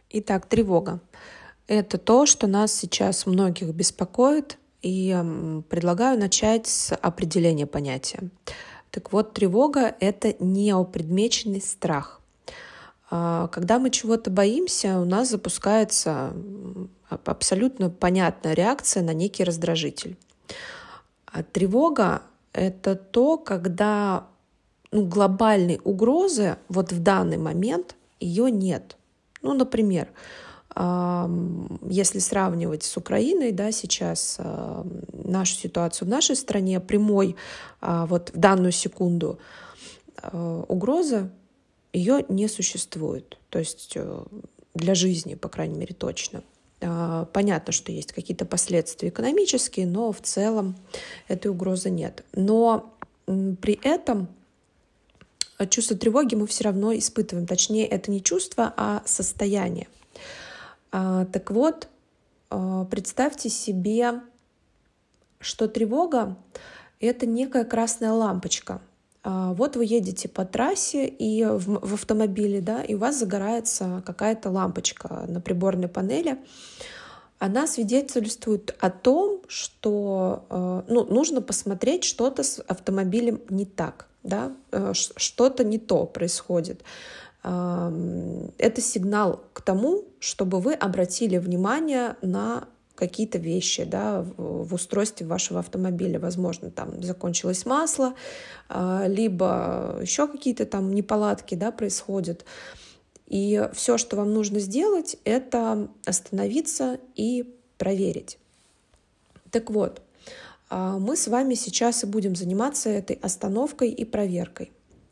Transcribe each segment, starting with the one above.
Итак, тревога. Это то, что нас сейчас многих беспокоит, и предлагаю начать с определения понятия. Так вот, тревога — это неопредмеченный страх. Когда мы чего-то боимся, у нас запускается абсолютно понятная реакция на некий раздражитель. А тревога — это то, когда глобальной угрозы вот в данный момент ее нет. Например, если сравнивать с Украиной, да, сейчас нашу ситуацию в нашей стране, прямой вот в данную секунду угрозы ее не существует. То есть для жизни, по крайней мере, точно. Понятно, что есть какие-то последствия экономические, но в целом этой угрозы нет. Но при этом чувство тревоги мы все равно испытываем. Точнее, это не чувство, а состояние. Так вот, представьте себе, что тревога — это некая красная лампочка. Вот вы едете по трассе и в автомобиле, да, и у вас загорается какая-то лампочка на приборной панели. Она свидетельствует о том, что нужно посмотреть, что-то с автомобилем не так, да, что-то не то происходит. Это сигнал к тому, чтобы вы обратили внимание на какие-то вещи, да, в устройстве вашего автомобиля. Возможно, там закончилось масло, либо еще какие-то там неполадки, да, происходят. И все, что вам нужно сделать, это остановиться и проверить. Так вот, мы с вами сейчас и будем заниматься этой остановкой и проверкой.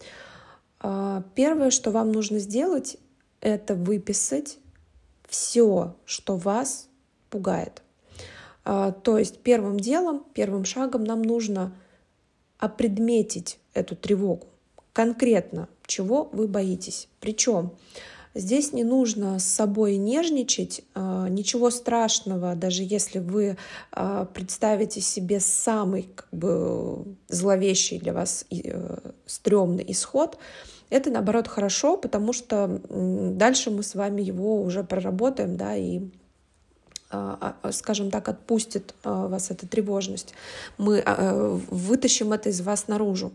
Первое, что вам нужно сделать, это выписать все, что вас пугает. То есть первым делом, первым шагом нам нужно опредметить эту тревогу. Конкретно, чего вы боитесь. Причем здесь не нужно с собой нежничать, ничего страшного, даже если вы представите себе самый зловещий для вас стрёмный исход. Это, наоборот, хорошо, потому что дальше мы с вами его уже проработаем, да, и, скажем так, отпустит вас эта тревожность. Мы вытащим это из вас наружу.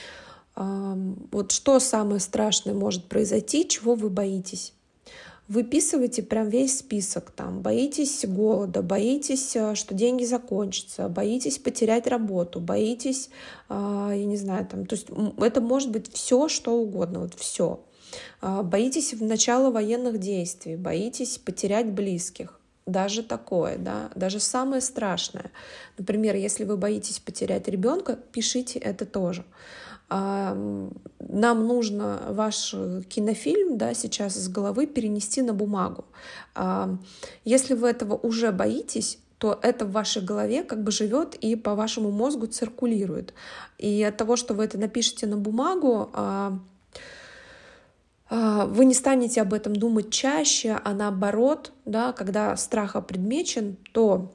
Вот что самое страшное может произойти, чего вы боитесь? Выписывайте прям весь список. Там, боитесь голода, боитесь, что деньги закончатся, боитесь потерять работу, боитесь, я не знаю, там, то есть это может быть все, что угодно, вот все. Боитесь начала военных действий, боитесь потерять близких. Даже такое, да, даже самое страшное. Например, если вы боитесь потерять ребенка, пишите это тоже. Нам нужно ваш кинофильм, да, сейчас из головы перенести на бумагу. Если вы этого уже боитесь, то это в вашей голове живет и по вашему мозгу циркулирует. И от того, что вы это напишете на бумагу, вы не станете об этом думать чаще, а наоборот, да, когда страх опредмечен, то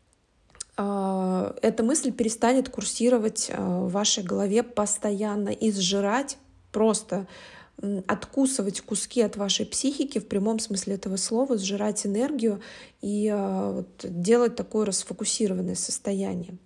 эта мысль перестанет курсировать в вашей голове постоянно и сжирать, просто откусывать куски от вашей психики в прямом смысле этого слова, сжирать энергию и делать такое расфокусированное состояние.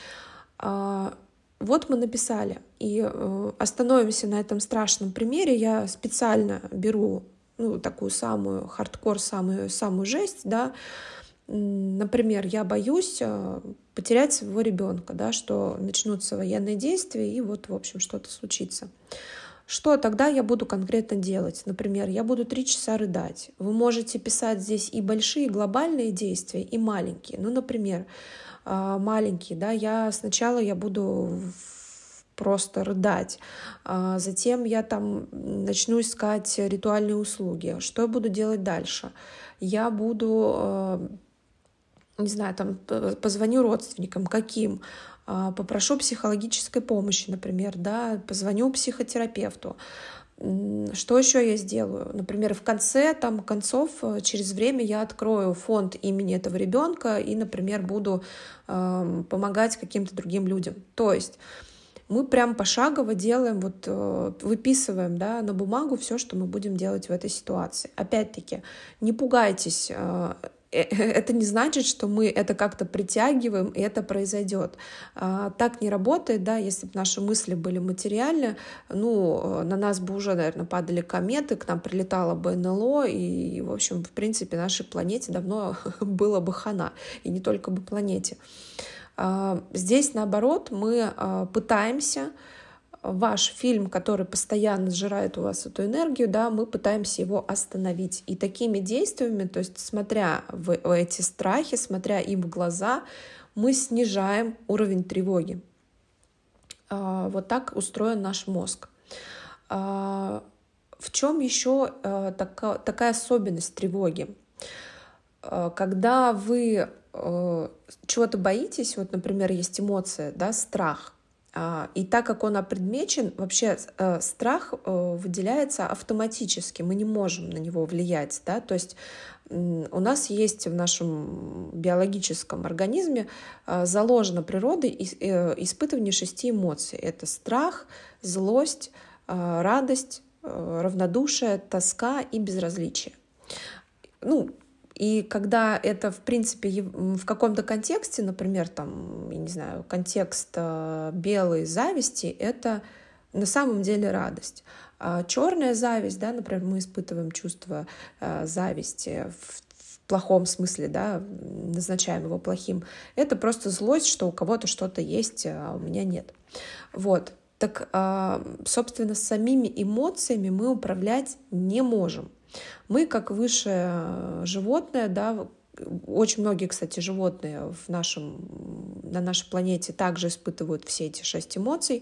Вот мы написали, и остановимся на этом страшном примере. Я специально беру такую самую хардкор, самую жесть, да. Например, я боюсь потерять своего ребенка, да, что начнутся военные действия и в общем, что-то случится. Что тогда я буду конкретно делать? Например, я буду 3 часа рыдать. Вы можете писать здесь и большие глобальные действия, и маленькие. Например, маленькие, да, сначала я буду просто рыдать, затем я там начну искать ритуальные услуги. Что я буду делать дальше? Я буду, не знаю, там позвоню родственникам, каким, попрошу психологической помощи, например, да, позвоню психотерапевту. Что еще я сделаю? Например, в конце концов, через время я открою фонд имени этого ребенка и, например, буду помогать каким-то другим людям. То есть Мы прям пошагово делаем, выписываем, да, на бумагу все, что мы будем делать в этой ситуации. Опять-таки, не пугайтесь, это не значит, что мы это как-то притягиваем, и это произойдет. Так не работает, да, если бы наши мысли были материальны, на нас бы уже, наверное, падали кометы, к нам прилетало бы НЛО, и, в общем, в принципе, нашей планете давно было бы хана, и не только бы планете. Здесь, наоборот, мы пытаемся ваш фильм, который постоянно сжирает у вас эту энергию, да, мы пытаемся его остановить. И такими действиями, то есть смотря в эти страхи, смотря им в глаза, мы снижаем уровень тревоги. Вот так устроен наш мозг. В чем еще такая особенность тревоги? Когда вы чего-то боитесь, вот, например, есть эмоция, да, страх, и так как он опредмечен, вообще страх выделяется автоматически, мы не можем на него влиять, да, то есть у нас есть в нашем биологическом организме заложена природой испытывание 6 эмоций. Это страх, злость, радость, равнодушие, тоска и безразличие. И когда это, в принципе, в каком-то контексте, например, там, я не знаю, контекст белой зависти, это на самом деле радость. А черная зависть, да, например, мы испытываем чувство зависти в плохом смысле, да, назначаем его плохим, это просто злость, что у кого-то что-то есть, а у меня нет. Вот. Так, собственно, самими эмоциями мы управлять не можем. Мы, как высшее животное, да, очень многие, кстати, животные на нашей планете также испытывают все эти 6 эмоций.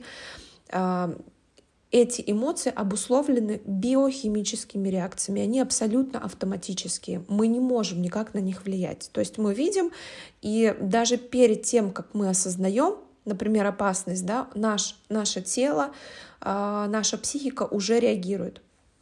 Эти эмоции обусловлены биохимическими реакциями, они абсолютно автоматические. Мы не можем никак на них влиять. То есть мы видим, и даже перед тем, как мы осознаем, например, опасность, да, наше тело, наша психика уже реагирует.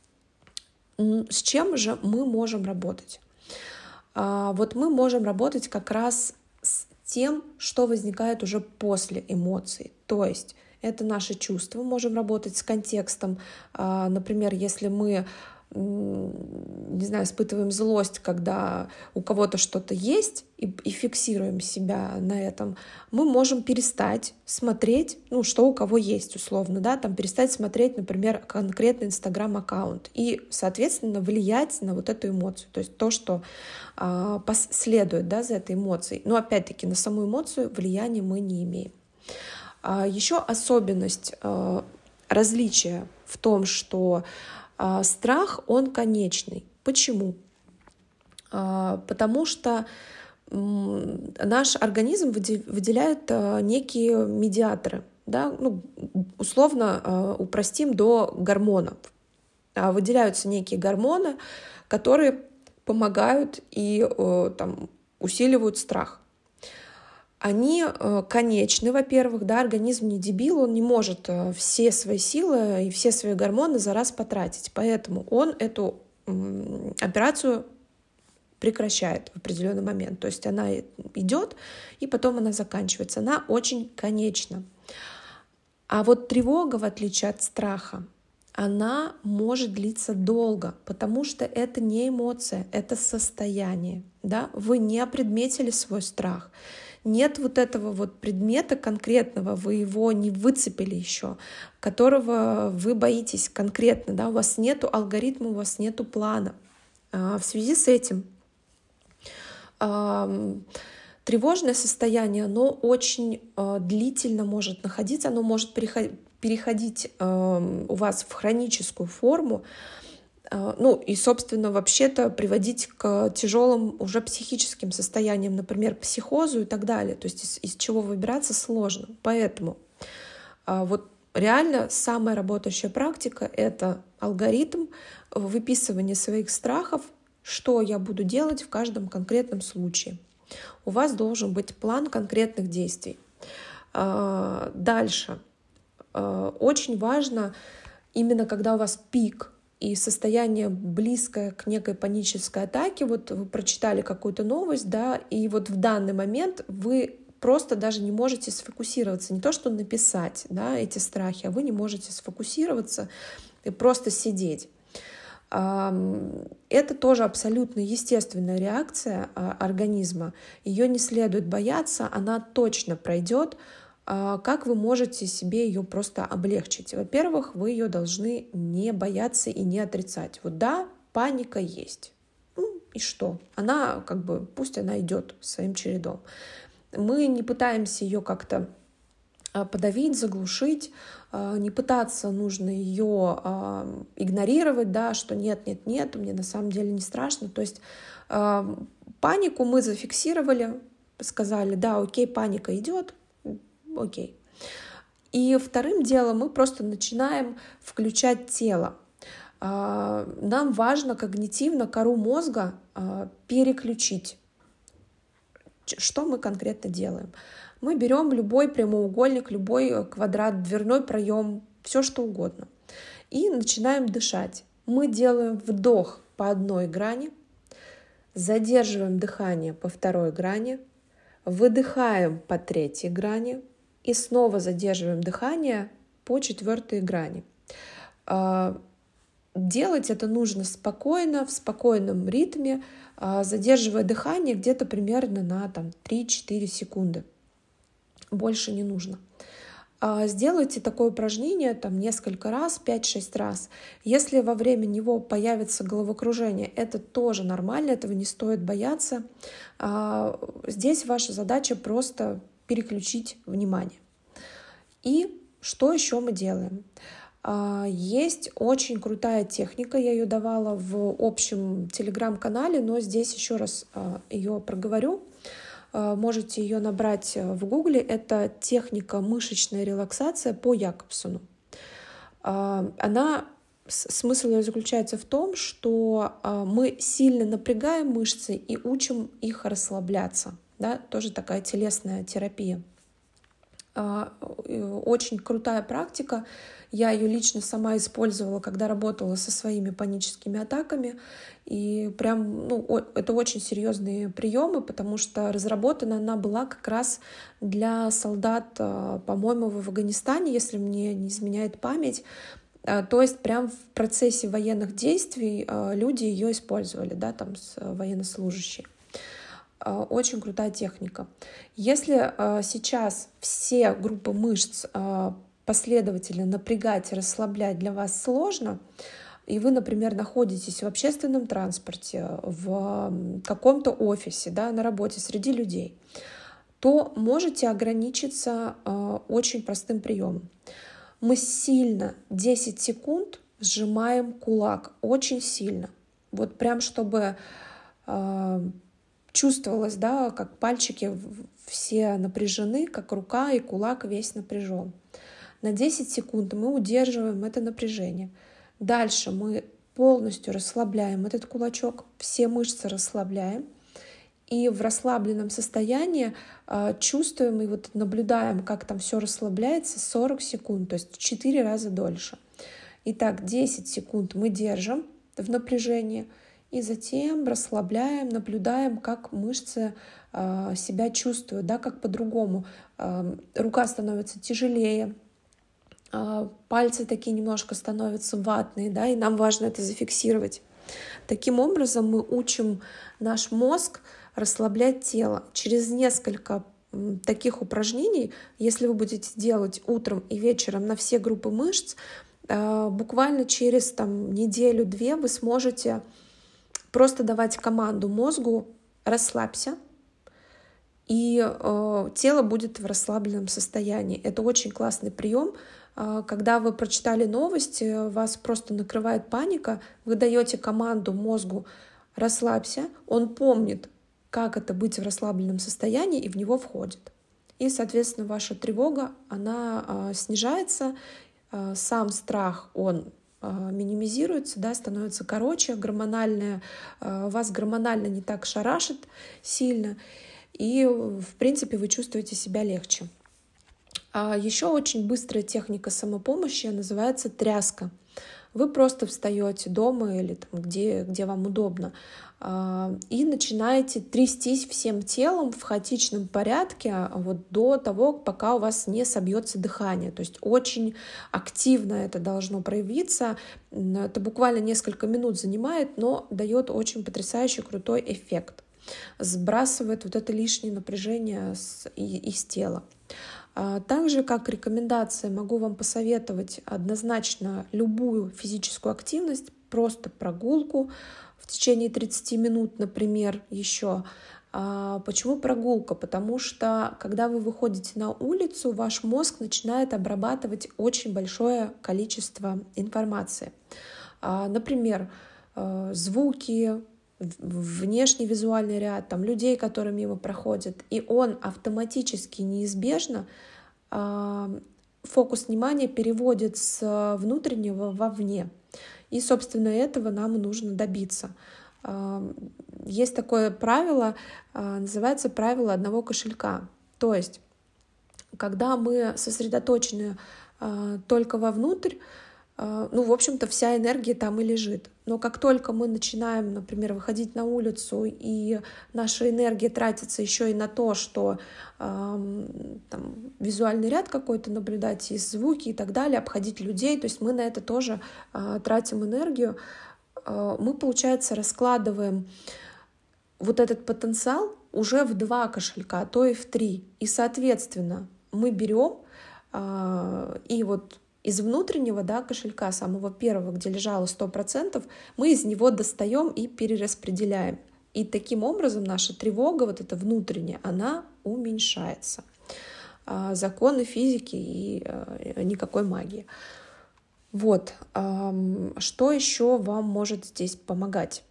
С чем же мы можем работать? Вот мы можем работать как раз с тем, что возникает уже после эмоций. То есть это наши чувства, можем работать с контекстом. Например, если мы, не знаю, испытываем злость, когда у кого-то что-то есть, и фиксируем себя на этом, мы можем перестать смотреть, что у кого есть, условно, да, там перестать смотреть, например, конкретный Инстаграм-аккаунт и, соответственно, влиять на вот эту эмоцию, то есть то, что следует, да, за этой эмоцией. Но, опять-таки, на саму эмоцию влияния мы не имеем. Еще особенность различия в том, что страх, он конечный. Почему? Потому что наш организм выделяет некие медиаторы, да? Условно упростим до гормонов. Выделяются некие гормоны, которые помогают и усиливают страх. Они конечны, во-первых, да, организм не дебил, он не может все свои силы и все свои гормоны за раз потратить, поэтому он эту операцию прекращает в определенный момент, то есть она идет и потом она заканчивается, она очень конечна. А вот тревога, в отличие от страха, она может длиться долго, потому что это не эмоция, это состояние, да? Вы не опредметили свой страх. Нет вот этого вот предмета конкретного, вы его не выцепили еще, которого вы боитесь конкретно, да, у вас нету алгоритма, у вас нету плана. В связи с этим тревожное состояние, оно очень длительно может находиться, оно может переходить у вас в хроническую форму, и, собственно, вообще-то приводить к тяжелым уже психическим состояниям, например, психозу и так далее. То есть из чего выбираться сложно. Поэтому вот реально самая работающая практика — это алгоритм выписывания своих страхов, что я буду делать в каждом конкретном случае. У вас должен быть план конкретных действий. Дальше. Очень важно, именно когда у вас пик и состояние близкое к некой панической атаке, вот вы прочитали какую-то новость, да, и вот в данный момент вы просто даже не можете сфокусироваться. Не то, что написать, да, эти страхи, а вы не можете сфокусироваться и просто сидеть. Это тоже абсолютно естественная реакция организма. Ее не следует бояться, она точно пройдет. Как вы можете себе ее просто облегчить? Во-первых, вы ее должны не бояться и не отрицать. Вот да, паника есть. И что? Она пусть она идет своим чередом. Мы не пытаемся ее как-то подавить, заглушить, не пытаться нужно ее игнорировать, да, что нет, мне на самом деле не страшно. То есть панику мы зафиксировали, сказали, да, окей, паника идет, окей. И вторым делом мы просто начинаем включать тело. Нам важно когнитивно кору мозга переключить. Что мы конкретно делаем? Мы берем любой прямоугольник, любой квадрат, дверной проем, все что угодно. И начинаем дышать. Мы делаем вдох по одной грани, задерживаем дыхание по второй грани, выдыхаем по третьей грани и снова задерживаем дыхание по четвертой грани. Делать это нужно спокойно, в спокойном ритме, задерживая дыхание где-то примерно на 3-4 секунды. Больше не нужно. Сделайте такое упражнение несколько раз, 5-6 раз. Если во время него появится головокружение, это тоже нормально, этого не стоит бояться. Здесь ваша задача просто переключить внимание. И что еще мы делаем? Есть очень крутая техника, я ее давала в общем телеграм-канале, но здесь еще раз ее проговорю. Можете ее набрать в гугле. Это техника мышечная релаксация по Якобсону. Смысл ее заключается в том, что мы сильно напрягаем мышцы и учим их расслабляться. Да? Тоже такая телесная терапия. Очень крутая практика. Я ее лично сама использовала, когда работала со своими паническими атаками. И это очень серьезные приемы, потому что разработана она была как раз для солдат, по-моему, в Афганистане, если мне не изменяет память. То есть прям в процессе военных действий люди ее использовали, да, военнослужащие. Очень крутая техника. Если сейчас все группы мышц последовательно напрягать и расслаблять для вас сложно, и вы, например, находитесь в общественном транспорте, в каком-то офисе, да, на работе среди людей, то можете ограничиться очень простым приемом. Мы сильно 10 секунд сжимаем кулак, очень сильно. Вот прям чтобы чувствовалось, да, как пальчики все напряжены, как рука и кулак весь напряжен. На 10 секунд мы удерживаем это напряжение. Дальше мы полностью расслабляем этот кулачок, все мышцы расслабляем. И в расслабленном состоянии чувствуем и наблюдаем, как там все расслабляется 40 секунд, то есть в 4 раза дольше. Итак, 10 секунд мы держим в напряжении, и затем расслабляем, наблюдаем, как мышцы себя чувствуют, да, как по-другому. Рука становится тяжелее, пальцы такие немножко становятся ватные, да, и нам важно это зафиксировать. Таким образом мы учим наш мозг расслаблять тело. Через несколько таких упражнений, если вы будете делать утром и вечером на все группы мышц, буквально через неделю-две вы сможете просто давать команду мозгу «расслабься», и тело будет в расслабленном состоянии. Это очень классный прием. Когда вы прочитали новости, вас просто накрывает паника, вы даете команду мозгу «расслабься», он помнит, как это быть в расслабленном состоянии, и в него входит. И, соответственно, ваша тревога, она снижается, сам страх, он минимизируется, да, становится короче, вас гормонально не так шарашит сильно, и, в принципе, вы чувствуете себя легче. Еще очень быстрая техника самопомощи называется тряска. Вы просто встаете дома или там, где вам удобно, и начинаете трястись всем телом в хаотичном порядке вот до того, пока у вас не собьется дыхание. То есть очень активно это должно проявиться. Это буквально несколько минут занимает, но дает очень потрясающий крутой эффект. Сбрасывает вот это лишнее напряжение из тела. Также, как рекомендация, могу вам посоветовать однозначно любую физическую активность, просто прогулку в течение 30 минут, например, еще. Почему прогулка? Потому что, когда вы выходите на улицу, ваш мозг начинает обрабатывать очень большое количество информации. Например, звуки, внешний визуальный ряд, там, людей, которые мимо проходят, и он автоматически, неизбежно фокус внимания переводит с внутреннего вовне. И, собственно, этого нам нужно добиться. Есть такое правило, называется правило одного кошелька. То есть, когда мы сосредоточены только вовнутрь, в общем-то, вся энергия там и лежит. Но как только мы начинаем, например, выходить на улицу, и наша энергия тратится еще и на то, что визуальный ряд какой-то наблюдать, и звуки и так далее, обходить людей, то есть мы на это тоже тратим энергию, мы, получается, раскладываем вот этот потенциал уже в 2 кошелька, а то и в 3. И, соответственно, мы берем и вот из внутреннего кошелька, самого первого, где лежало 100%, мы из него достаем и перераспределяем. И таким образом наша тревога, вот эта внутренняя, она уменьшается. Законы физики и никакой магии. Вот. Что еще вам может здесь помогать?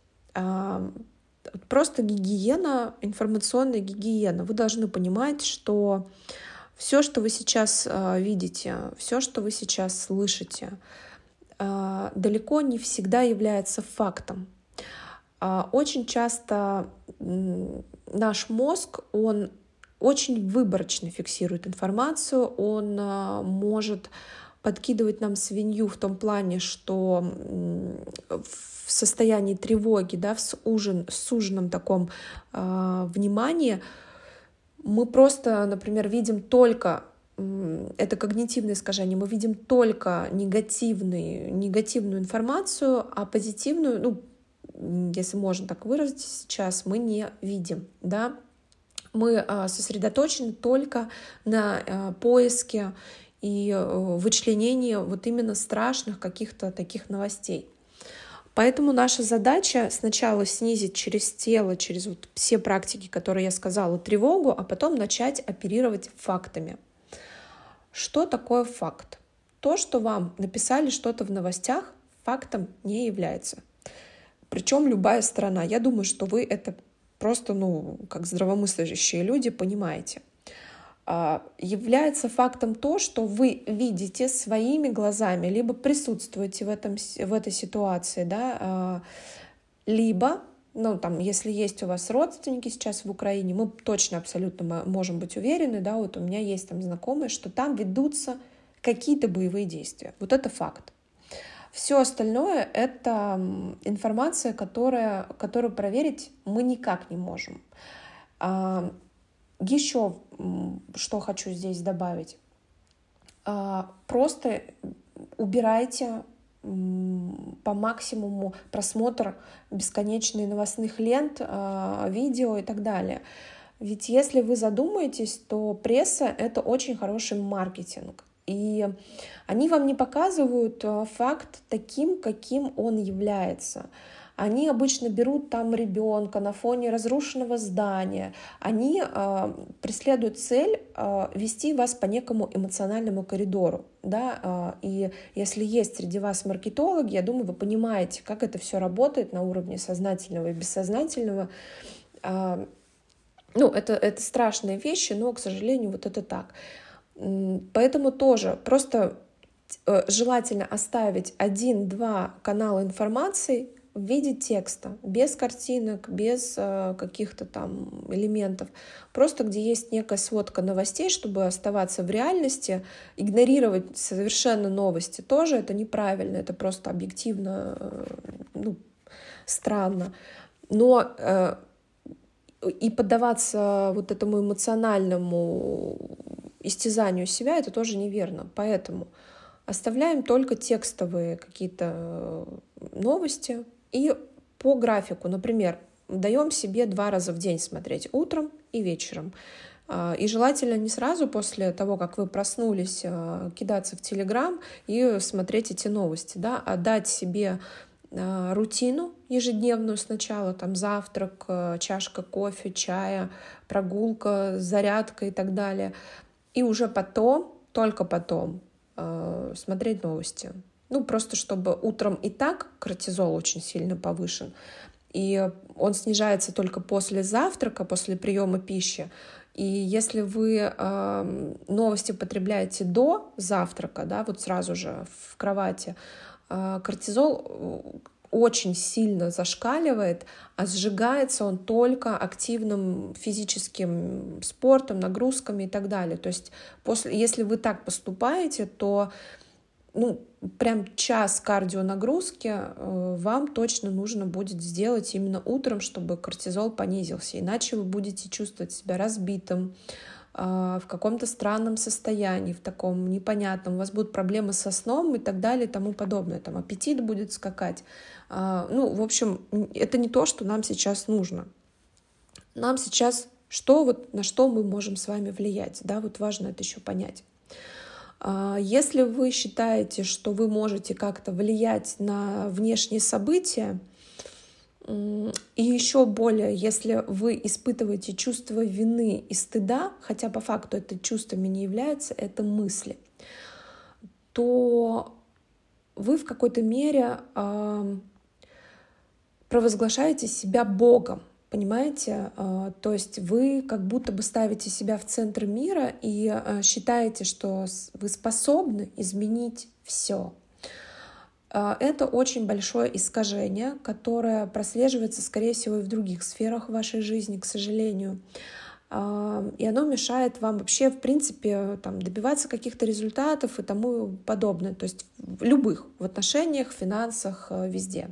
Просто гигиена, информационная гигиена. Вы должны понимать, что все, что вы сейчас видите, все, что вы сейчас слышите, далеко не всегда является фактом. Очень часто наш мозг, он очень выборочно фиксирует информацию, он может подкидывать нам свинью в том плане, что в состоянии тревоги, в суженном таком внимании, мы просто, например, видим только, это когнитивное искажение, мы видим только негативную информацию, а позитивную, если можно так выразить сейчас, мы не видим, да. Мы сосредоточены только на поиске и вычленении вот именно страшных каких-то таких новостей. Поэтому наша задача сначала снизить через тело, через вот все практики, которые я сказала, тревогу, а потом начать оперировать фактами. Что такое факт? То, что вам написали что-то в новостях, фактом не является. Причем любая сторона. Я думаю, что вы это просто, как здравомыслящие люди, понимаете. Является фактом то, что вы видите своими глазами, либо присутствуете в этой ситуации, да, либо, если есть у вас родственники сейчас в Украине, мы точно абсолютно можем быть уверены, да, вот у меня есть там знакомые, что там ведутся какие-то боевые действия. Вот это факт. Все остальное — это информация, которую проверить мы никак не можем. Еще что хочу здесь добавить. Просто убирайте по максимуму просмотр бесконечных новостных лент, видео и так далее. Ведь если вы задумаетесь, то пресса — это очень хороший маркетинг. И они вам не показывают факт таким, каким он является. Они обычно берут там ребенка на фоне разрушенного здания. Они преследуют цель вести вас по некому эмоциональному коридору. Да? И если есть среди вас маркетологи, я думаю, вы понимаете, как это все работает на уровне сознательного и бессознательного. Это страшные вещи, но, к сожалению, вот это так. Поэтому тоже просто желательно оставить 1-2 канала информации, в виде текста, без картинок, без каких-то там элементов, просто где есть некая сводка новостей, чтобы оставаться в реальности. Игнорировать совершенно новости тоже это неправильно, это просто объективно странно. Но и поддаваться вот этому эмоциональному истязанию себя, это тоже неверно. Поэтому оставляем только текстовые какие-то новости и по графику. Например, даем себе 2 раза в день смотреть, утром и вечером. И желательно не сразу после того, как вы проснулись, кидаться в Телеграм и смотреть эти новости, да, а дать себе рутину ежедневную сначала, там завтрак, чашка кофе, чая, прогулка, зарядка и так далее. И уже потом, только потом смотреть новости. Просто чтобы утром и так кортизол очень сильно повышен, и он снижается только после завтрака, после приема пищи. И если вы новости потребляете до завтрака, да, вот сразу же в кровати, кортизол очень сильно зашкаливает, а сжигается он только активным физическим спортом, нагрузками и так далее. То есть если вы так поступаете, то прям час кардионагрузки вам точно нужно будет сделать именно утром, чтобы кортизол понизился. Иначе вы будете чувствовать себя разбитым, в каком-то странном состоянии, в таком непонятном. У вас будут проблемы со сном и так далее и тому подобное. Там аппетит будет скакать. В общем, это не то, что нам сейчас нужно. Нам сейчас на что мы можем с вами влиять. Да, вот важно это еще понять. Если вы считаете, что вы можете как-то влиять на внешние события, и еще более, если вы испытываете чувство вины и стыда, хотя по факту это чувствами не являются, это мысли, то вы в какой-то мере провозглашаете себя Богом, понимаете? То есть вы как будто бы ставите себя в центр мира и считаете, что вы способны изменить все. Это очень большое искажение, которое прослеживается, скорее всего, и в других сферах вашей жизни, к сожалению. И оно мешает вам вообще, в принципе, добиваться каких-то результатов и тому подобное. То есть в любых, в отношениях, в финансах, везде.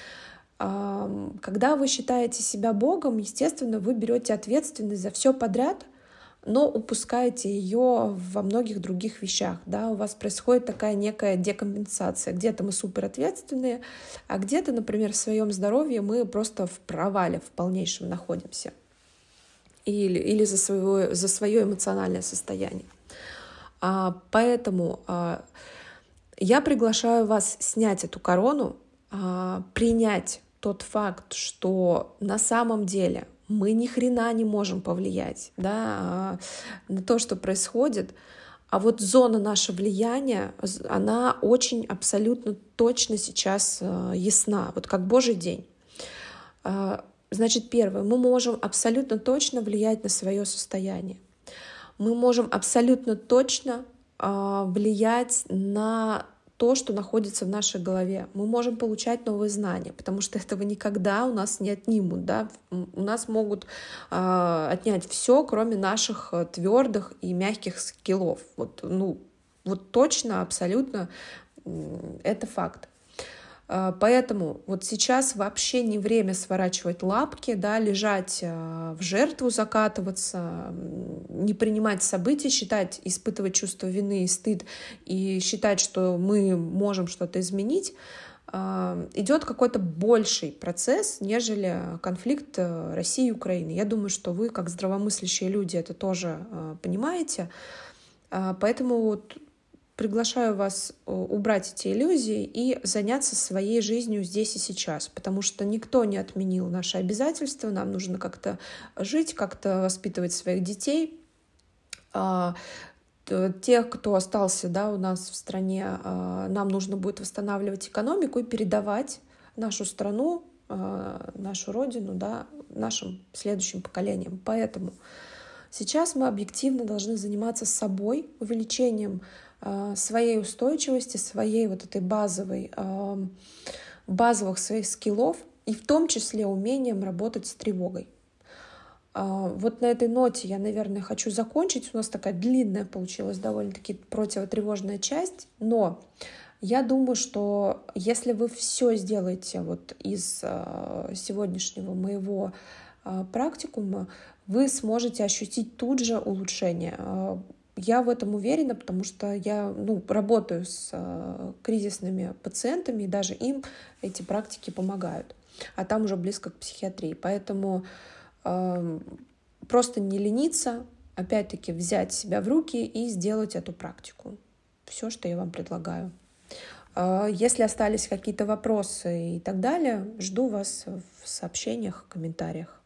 Когда вы считаете себя Богом, естественно, вы берете ответственность за все подряд, но упускаете ее во многих других вещах. Да? У вас происходит такая некая декомпенсация. Где-то мы суперответственные, а где-то, например, в своем здоровье мы просто в провале в полнейшем находимся. Или за свое эмоциональное состояние. Поэтому я приглашаю вас снять эту корону, принять тот факт, что на самом деле мы ни хрена не можем повлиять, да, на то, что происходит. А вот зона нашего влияния, она очень абсолютно точно сейчас ясна, вот как Божий день. Значит, первое, мы можем абсолютно точно влиять на свое состояние. Мы можем абсолютно точно влиять на то, что находится в нашей голове. Мы можем получать новые знания, потому что этого никогда у нас не отнимут. Да? У нас могут отнять все, кроме наших твердых и мягких скиллов. Вот точно, абсолютно, это факт. Поэтому вот сейчас вообще не время сворачивать лапки, да, лежать в жертву, закатываться, не принимать события, испытывать чувство вины и стыд и считать, что мы можем что-то изменить. Идет какой-то больший процесс, нежели конфликт России и Украины. Я думаю, что вы, как здравомыслящие люди, это тоже понимаете. Поэтому вот приглашаю вас убрать эти иллюзии и заняться своей жизнью здесь и сейчас, потому что никто не отменил наши обязательства, нам нужно как-то жить, как-то воспитывать своих детей. Тех, кто остался, да, у нас в стране, нам нужно будет восстанавливать экономику и передавать нашу страну, нашу родину, да, нашим следующим поколениям. Поэтому сейчас мы объективно должны заниматься собой, увеличением своей устойчивости, своей вот этой базовой базовых своих скиллов и в том числе умением работать с тревогой. Вот на этой ноте я, наверное, хочу закончить. У нас такая длинная получилась довольно-таки противотревожная часть, но я думаю, что если вы все сделаете вот из сегодняшнего моего практикума, вы сможете ощутить тут же улучшение. Я в этом уверена, потому что я работаю с кризисными пациентами, и даже им эти практики помогают. А там уже близко к психиатрии. Поэтому просто не лениться, опять-таки взять себя в руки и сделать эту практику. Все, что я вам предлагаю. Если остались какие-то вопросы и так далее, жду вас в сообщениях, в комментариях.